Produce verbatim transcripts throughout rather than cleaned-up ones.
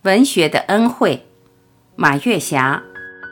文学的恩惠，马月霞。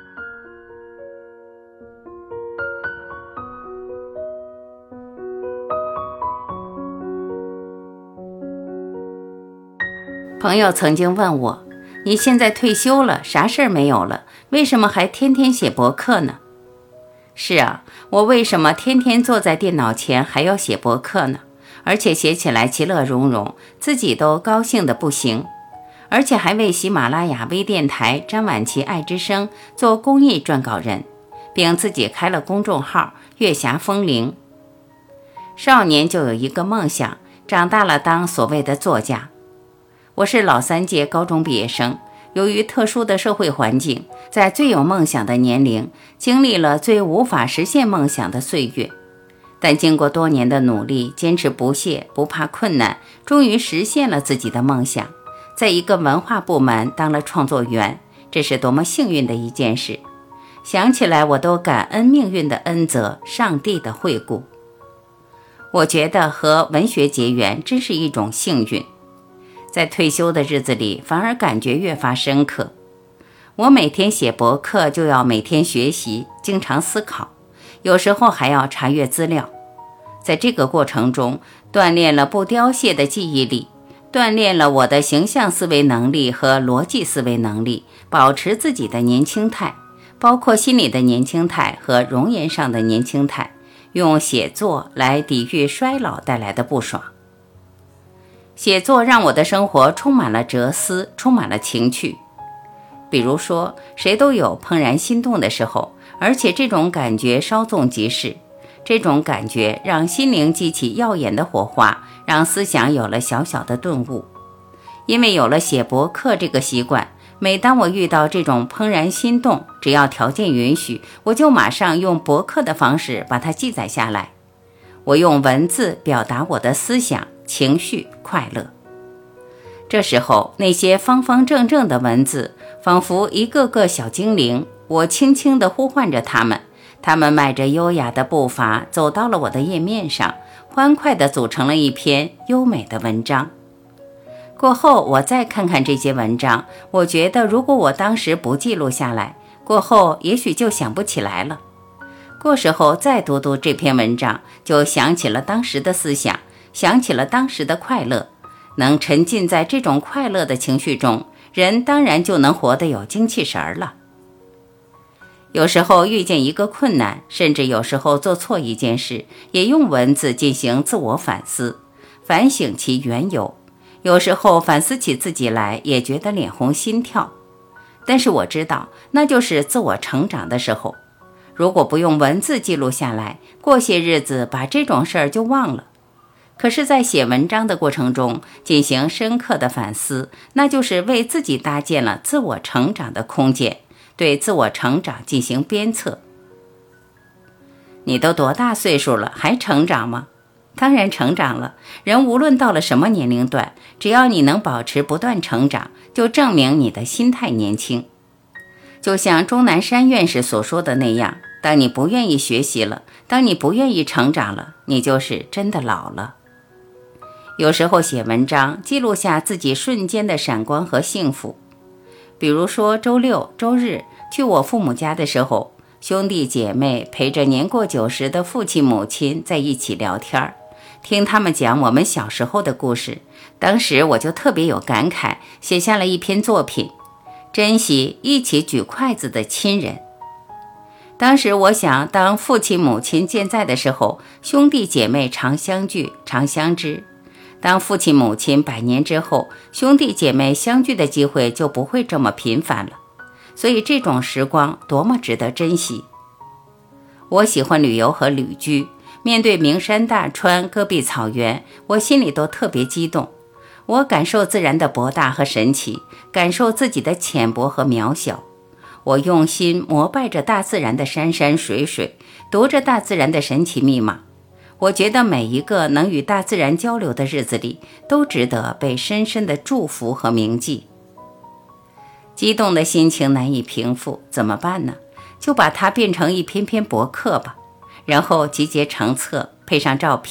朋友曾经问我，你现在退休了，啥事儿没有了，为什么还天天写博客呢？是啊，我为什么天天坐在电脑前还要写博客呢？而且写起来其乐融融，自己都高兴得不行，而且还为喜马拉雅微电台张晚琪爱之声做公益撰稿人，并自己开了公众号月霞风铃。少年就有一个梦想，长大了当所谓的作家。我是老三届高中毕业生，由于特殊的社会环境，在最有梦想的年龄，经历了最无法实现梦想的岁月。但经过多年的努力，坚持不懈，不怕困难，终于实现了自己的梦想，在一个文化部门当了创作员，这是多么幸运的一件事。想起来我都感恩命运的恩泽，上帝的惠顾。我觉得和文学结缘真是一种幸运，在退休的日子里反而感觉越发深刻。我每天写博客就要每天学习，经常思考，有时候还要查阅资料。在这个过程中，锻炼了不凋谢的记忆力，锻炼了我的形象思维能力和逻辑思维能力，保持自己的年轻态，包括心理的年轻态和容颜上的年轻态，用写作来抵御衰老带来的不爽。写作让我的生活充满了哲思，充满了情趣。比如说，谁都有怦然心动的时候，而且这种感觉稍纵即逝，这种感觉让心灵激起耀眼的火花，让思想有了小小的顿悟。因为有了写博客这个习惯，每当我遇到这种怦然心动，只要条件允许，我就马上用博客的方式把它记载下来。我用文字表达我的思想、情绪、快乐。这时候，那些方方正正的文字仿佛一个个小精灵，我轻轻地呼唤着他们，他们迈着优雅的步伐走到了我的页面上，欢快地组成了一篇优美的文章。过后我再看看这些文章，我觉得如果我当时不记录下来，过后也许就想不起来了。过时候再读读这篇文章，就想起了当时的思想，想起了当时的快乐。能沉浸在这种快乐的情绪中，人当然就能活得有精气神儿了。有时候遇见一个困难，甚至有时候做错一件事，也用文字进行自我反思，反省其缘由。有时候反思起自己来，也觉得脸红心跳。但是我知道，那就是自我成长的时候。如果不用文字记录下来，过些日子把这种事儿就忘了。可是在写文章的过程中进行深刻的反思，那就是为自己搭建了自我成长的空间，对自我成长进行鞭策。你都多大岁数了，还成长吗？当然成长了。人无论到了什么年龄段，只要你能保持不断成长，就证明你的心态年轻。就像钟南山院士所说的那样，当你不愿意学习了，当你不愿意成长了，你就是真的老了。有时候写文章，记录下自己瞬间的闪光和幸福。比如说周六、周日去我父母家的时候，兄弟姐妹陪着年过九十的父亲母亲在一起聊天，听他们讲我们小时候的故事。当时我就特别有感慨，写下了一篇作品，珍惜一起举筷子的亲人。当时我想，当父亲母亲健在的时候，兄弟姐妹常相聚，常相知。当父亲母亲百年之后，兄弟姐妹相聚的机会就不会这么频繁了。所以这种时光多么值得珍惜。我喜欢旅游和旅居，面对名山大川、戈壁草原，我心里都特别激动。我感受自然的博大和神奇，感受自己的浅薄和渺小。我用心膜拜着大自然的山山水水，读着大自然的神奇密码。我觉得每一个能与大自然交流的日子里，都值得被深深的祝福和铭记。激动的心情难以平复，怎么办呢？就把它变成一篇篇博客吧，然后集结成册，配上照片，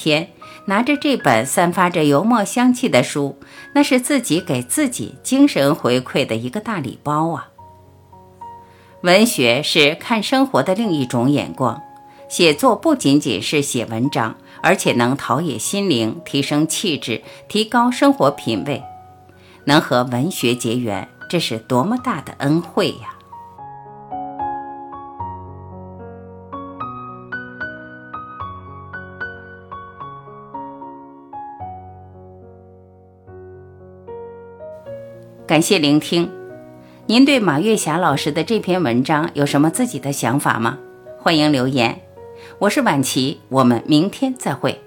拿着这本散发着油墨香气的书，那是自己给自己精神回馈的一个大礼包啊。文学是看生活的另一种眼光，写作不仅仅是写文章，而且能陶冶心灵，提升气质，提高生活品味。能和文学结缘，这是多么大的恩惠呀！感谢聆听。您对马月霞老师的这篇文章有什么自己的想法吗？欢迎留言。我是婉琪，我们明天再会。